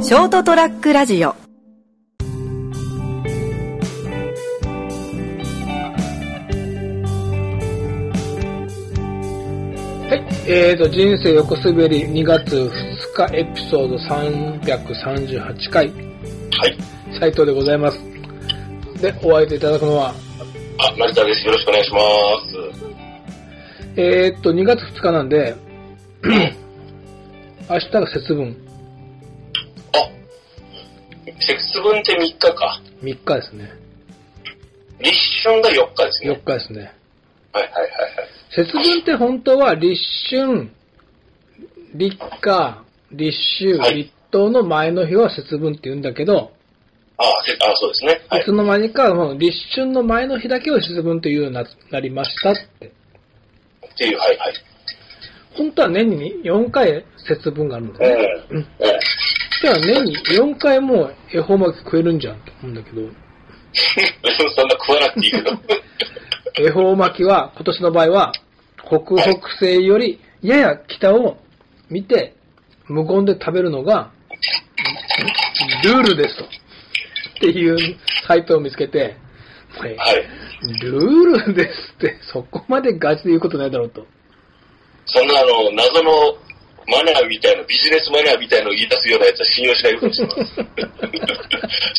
ショートトラックラジオ。 はい、人生横滑り2月2日エピソード338回。 はい。 斉藤でございます。で、お相手いただくのは、 成田です。よろしくお願いします。 2月2日なんで、明日が節分。 節分って3日か。 3日ですね。 立春が4日ですね。 4日ですね。 はいはいはいはい。 節分って本当は立春、立夏、立秋、 はい、 立冬の前の日は節分って言うんだけど、 そうですね。はい、 いつの間にか立春の前の日だけを節分というようになりましたって。 っていう、はいはい。 本当は年に4回節分があるんだよね。じゃあ年に4回もう恵方巻き食えるんじゃんと思うんだけど。 そんな食わなくていいけど。 恵方巻きは今年の場合は北北西よりやや北を見て無言で食べるのがルールですと。っていうサイトを見つけて、はい、ルールですってそこまでガチで言うことないだろうと。 そんな謎のマナーみたいな、ビジネスマナーみたいなのを言い出すようなやつは信用しないようにします。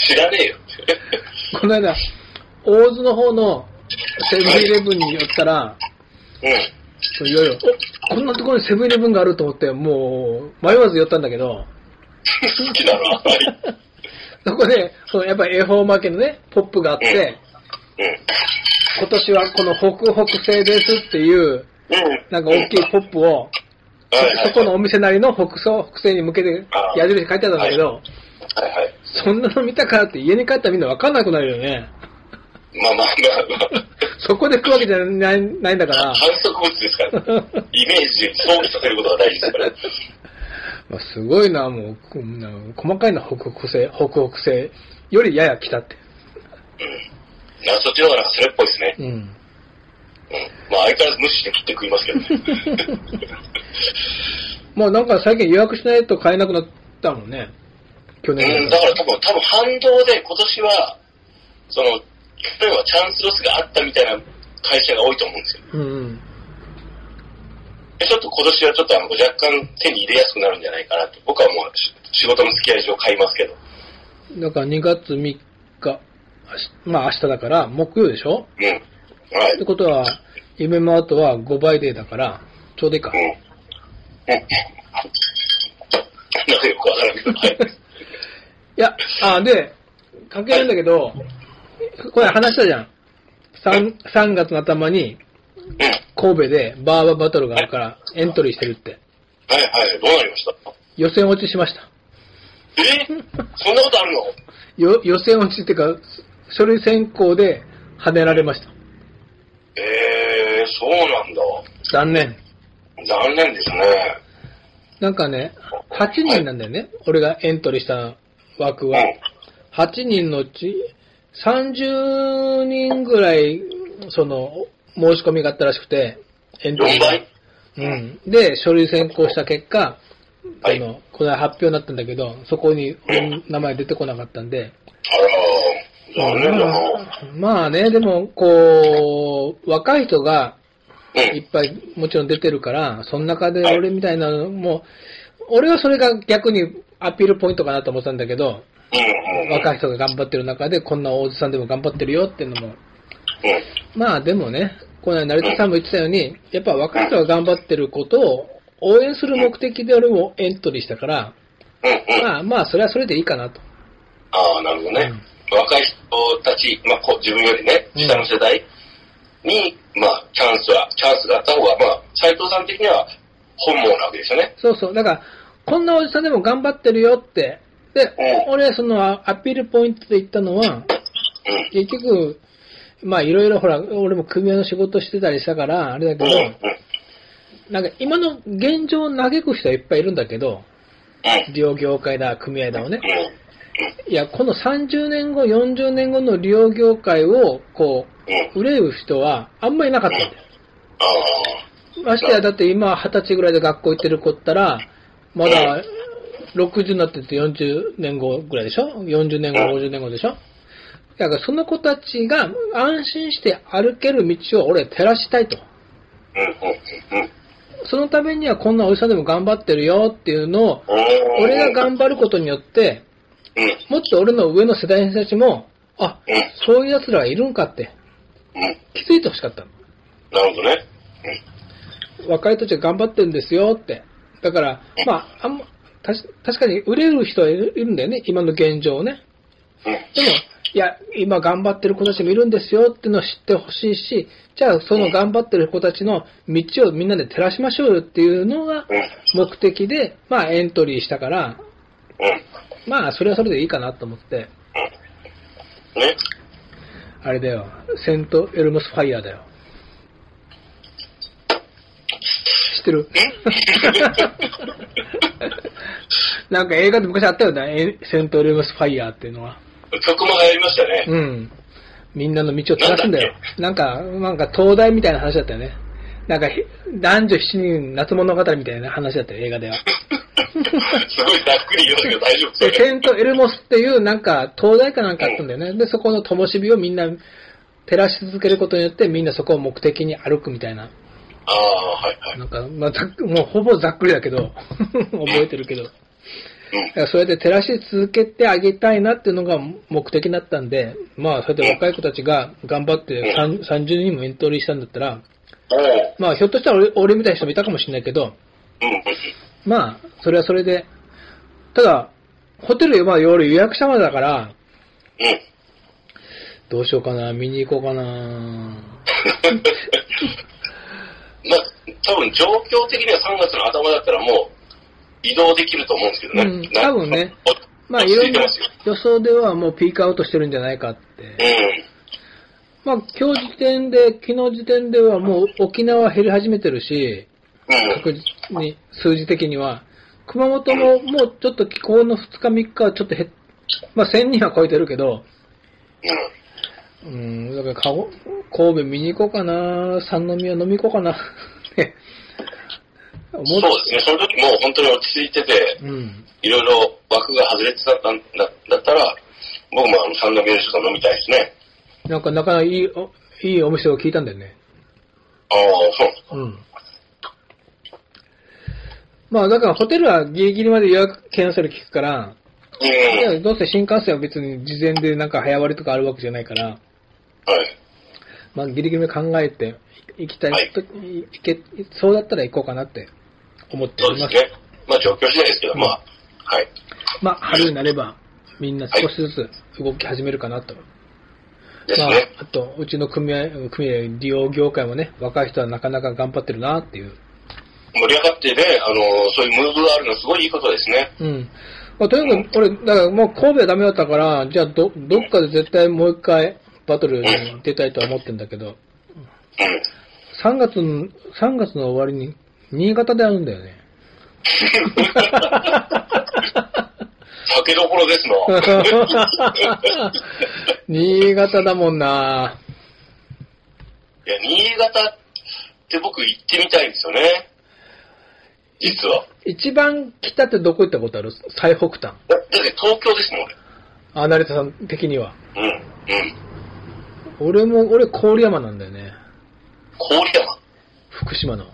知らねえよ。 この間、大津の方のセブンイレブンに寄ったら、いよいよ、こんなところにセブンイレブンがあると思って、もう迷わず寄ったんだけど、 好きだな。 そこで、やっぱり恵方巻きのね、ポップがあって、今年はこの北北西ですっていう、なんか大きいポップを、そこのお店なりの北西に向けて矢印書いてあったんだけど、そんなの見たからって家に帰ったらみんな分かんなくなるよね。 まあ。 そこで食うわけじゃないんだから。 反則物ですから、イメージで想起させることが大事ですから。 まあすごいな、もう、細かいな、北北西よりやや北って。 そっちの方がなんかそれっぽいですね。まあ相変わらず無視して切って食いますけどね。 まあなんか最近予約しないと買えなくなったもんね。去年。 だから多分反動で今年は、例えばチャンスロスがあったみたいな会社が多いと思うんですよ。ちょっと今年はちょっと若干手に入れやすくなるんじゃないかなと。僕はもう仕事の付き合い上買いますけど。 だから2月3日、まあ明日だから木曜でしょ？ はい。 ってことは、夢の後は5倍デーだから、ちょうどいいか。 なんかよくわからんけど、はい。 いや、で、関係ないんだけど、これ話したじゃん。3月の頭に、神戸でバーババトルがあるからエントリーしてるって。 はい、どうなりました？ 予選落ちしました。 そんなことあるの？予選落ちっていうか、書類選考で跳ねられました。 そうなんだ。 残念ですね。 なんかね、8人なんだよね。俺がエントリーした枠は。8人のうち30人ぐらい、申し込みがあったらしくて、エントリー。 4倍？ で、書類選考した結果、これは発表になったんだけど、そこに名前出てこなかったんで。 残念だな。 まあね、でも、若い人がいっぱいもちろん出てるから、その中で俺みたいなのも、俺はそれが逆にアピールポイントかなと思ってたんだけど、若い人が頑張ってる中で、こんな大津さんでも頑張ってるよっていうのも、まあでもね、この成田さんも言ってたように、やっぱ若い人が頑張ってることを応援する目的で俺もエントリーしたから、まあそれはそれでいいかなと。 なるほどね。若い人たち、自分よりね、下の世代に、チャンスがあった方が、斉藤さん的には本望なわけですよね。 そう。だから、こんなおじさんでも頑張ってるよって。で、俺はアピールポイントで言ったのは、結局、いろいろほら、俺も組合の仕事してたりしたから、あれだけど、なんか今の現状を嘆く人はいっぱいいるんだけど、利用業界だ、組合だをね。いや、この30年後、40年後の利用業界を、憂う人はあんまりいなかったんだよ。ましてや、だって今20歳ぐらいで学校行ってる子ったら、まだ 60になってて40年後ぐらいでしょ ?40 年後、50年後でしょだからその子たちが安心して歩ける道を俺照らしたいと。そのためにはこんなおじさんでも頑張ってるよっていうのを、俺が頑張ることによって、もっと俺の上の世代の人たちも、あ、そういう奴らがいるんかって、気づいてほしかったの。 なるほどね。 若い人たちが頑張ってるんですよって。だから、まあ、確かに売れる人はいるんだよね、今の現状ね。でも、いや、今頑張ってる子たちもいるんですよっていうのを知ってほしいし、じゃあその頑張ってる子たちの道をみんなで照らしましょうよっていうのが目的で、まあエントリーしたから、まあそれはそれでいいかなと思って、あれだよ、セントエルモスファイヤーだよ。知ってるなんか映画で昔あったよね、セントエルモスファイヤーっていうのは。 曲も流行りましたね。 うん。みんなの道を照らすんだよ。なんか東大みたいな話だったよね。なんか、男女7人夏物語みたいな話だったよ、映画では。 すごいざっくり言うんだけど大丈夫で、セントエルモスっていうなんか、東大かなんかあったんだよね。で、そこの灯火をみんな照らし続けることによって、みんなそこを目的に歩くみたいな。 ああ、はいはい。 なんか、まあ、もうほぼざっくりだけど、覚えてるけど。そうやって照らし続けてあげたいなっていうのが目的だったんで、まあ、そうやって若い子たちが頑張って30人もエントリーしたんだったら、まあ、ひょっとしたら俺みたいな人もいたかもしれないけど、まあ、それはそれで、ただ、ホテル、まあ、俺予約したまでだから、どうしようかな、見に行こうかな。 まあ、多分状況的には3月の頭だったらもう移動できると思うんですけどね。 多分ね。まあ、いろんな予想ではもうピークアウトしてるんじゃないかって。まあ、今日時点で、昨日時点ではもう沖縄減り始めてるし、確実に、数字的には。熊本ももうちょっと気候の2日3日はちょっとまあ1000人は超えてるけど、だから神戸見に行こうかな、三宮飲み行こうかな。 そうですね、その時も本当に落ち着いてて、いろいろ枠が外れてたんだったら、僕も三宮でちょっと飲みたいですね。 なんかなかなかいいお店を聞いたんだよね。 ああ、そう。 まあだからホテルはギリギリまで予約キャンセル聞くから、どうせ新幹線は別に事前でなんか早割りとかあるわけじゃないから、まあギリギリまで考えて行きたいと、そうだったら行こうかなって思っております。 そうですね。まあ状況次第ですけど、まあ、はい。 まあ春になればみんな少しずつ動き始めるかなと。 ですね。 まあ、あと、うちの組合、利用業界もね、若い人はなかなか頑張ってるなっていう。 盛り上がってね、そういうムーブがあるのはすごいいいことですね。 まあ、とにかく、俺、だからもう神戸はダメだったから、じゃあどっかで絶対もう一回バトルに出たいとは思ってるんだけど、3月の終わりに、新潟で会うんだよね。 酒どころですの。 新潟だもんな。 いや、新潟って僕行ってみたいんですよね。実は。一番北ってどこ行ったことある？最北端。 だって東京ですもん、 俺。成田さん的には。俺、郡山なんだよね。 郡山？ 福島の。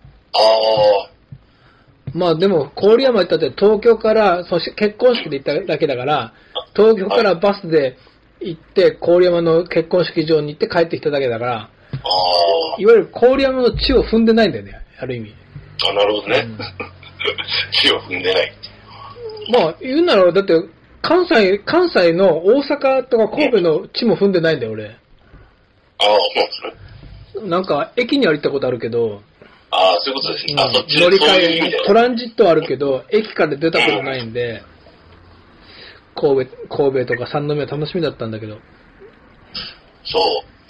まあでも、郡山行ったって東京から、結婚式で行っただけだから、東京からバスで行って、郡山の結婚式場に行って帰ってきただけだから、いわゆる郡山の地を踏んでないんだよね、ある意味。 なるほどね。地を踏んでない。 まあ、言うなら、だって、関西の大阪とか神戸の地も踏んでないんだよ、俺。 そうですね。 なんか、駅には行ったことあるけど、 そういうことですね。そっち乗り換え、トランジットはあるけど、駅から出たことないんで、神戸とか三宮楽しみだったんだけど。 そう。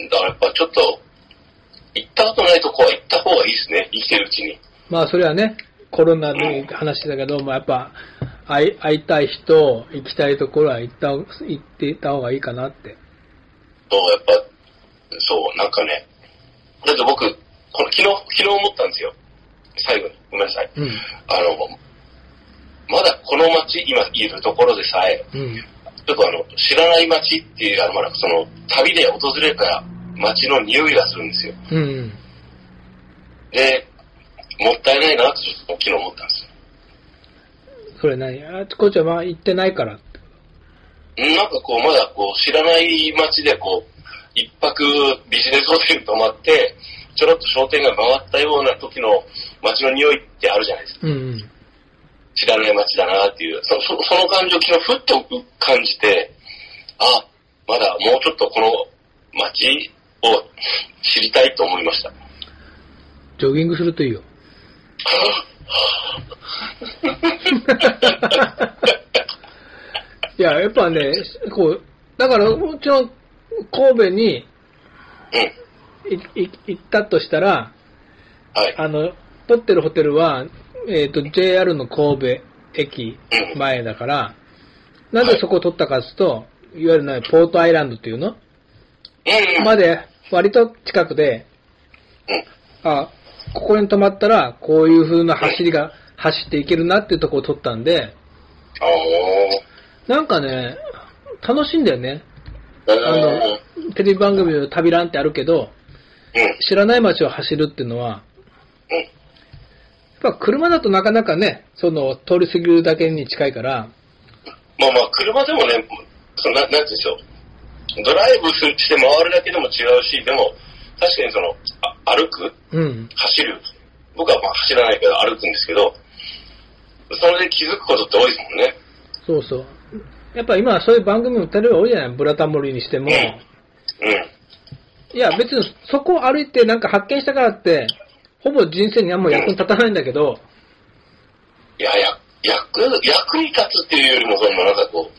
だからやっぱちょっと、行ったことないとこは行った方がいいですね。生きてるうちに。 まあそれはね、コロナで話だけど、やっぱ会いたい人、行きたいところは行っていた方がいいかなって。 そう、やっぱ、そう、なんかね、だって僕、昨日思ったんですよ。最後に。ごめんなさい。 まだこの街、今いるところでさえ、ちょっと知らない街っていう、まだその、旅で訪れるから街の匂いがするんですよ。で、もったいないなってちょっと昨日思ったんですよ。 それ何？あちこちはまあ行ってないから。 なんかこう、まだこう、知らない街でこう、一泊ビジネスホテルに泊まって、ちょろっと商店街回ったような時の街の匂いってあるじゃないですか。知らない街だなっていう、その感じを昨日ふっと感じて、あ、まだもうちょっとこの街を知りたいと思いました。 ジョギングするといいよ。いや、やっぱね、こう、だからもちろん神戸に行ったとしたら、取ってるホテルは、JR の神戸駅前だから、なんでそこを取ったかというと、いわゆるね、ポートアイランドっていうのまで割と近くで、あ、ここに泊まったら、こういう風な走っていけるなっていうところを取ったんで、なんかね、楽しいんだよね。テレビ番組の旅ランってあるけど、知らない街を走るっていうのは、やっぱ車だとなかなかね、その通り過ぎるだけに近いから。 まあまあ、車でもね、なんて言うんでしょう。ドライブして回るだけでも違うし、でも、確かに歩く、走る。僕はまあ走らないけど歩くんですけど、それで気づくことって多いですもんね。 そうそう。やっぱ今そういう番組もテレビ多いじゃない、ブラタモリにしても。いや、別にそこを歩いてなんか発見したからって、ほぼ人生に何も役に立たないんだけど。 いや、役に立つっていうよりも、なんかこ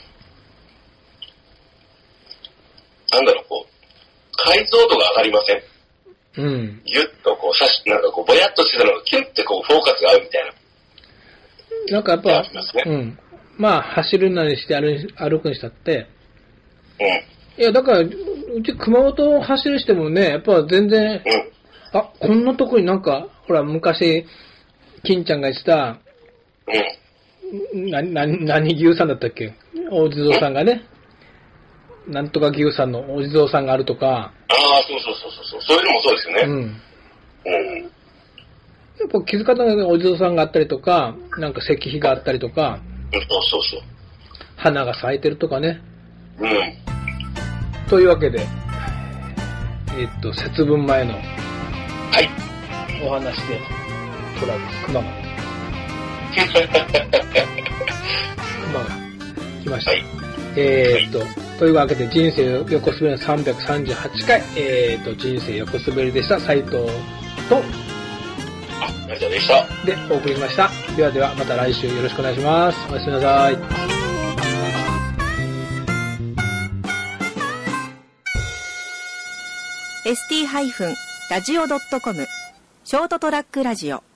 う、なんだろう、こう、解像度が上がりません？ギュッとこう、なんかこう、ぼやっとしてたのが、キュッてこう、フォーカスが合うみたいな。 なんかやっぱ、まあ、走るなりして歩くにしたって。いや、だから、うち熊本を走るしてもね、やっぱ全然、あ、こんなとこになんか、ほら、昔、金ちゃんが言ってた、何牛さんだったっけ？大地蔵さんがね、なんとか牛さんのお地蔵さんがあるとか。 ああ、そういうのもそうですよね。 やっぱ気づかないお地蔵さんがあったりとか、なんか石碑があったりとか、花が咲いてるとかね。というわけで、節分前の、お話で、トラブル、熊が来ました。というわけで、人生横滑りの338回、人生横滑りでした。斉藤と、 成田でした。 で、お送りしました。ではでは、また来週よろしくお願いします。おやすみなさい。 ST-radio.com ショートトラックラジオ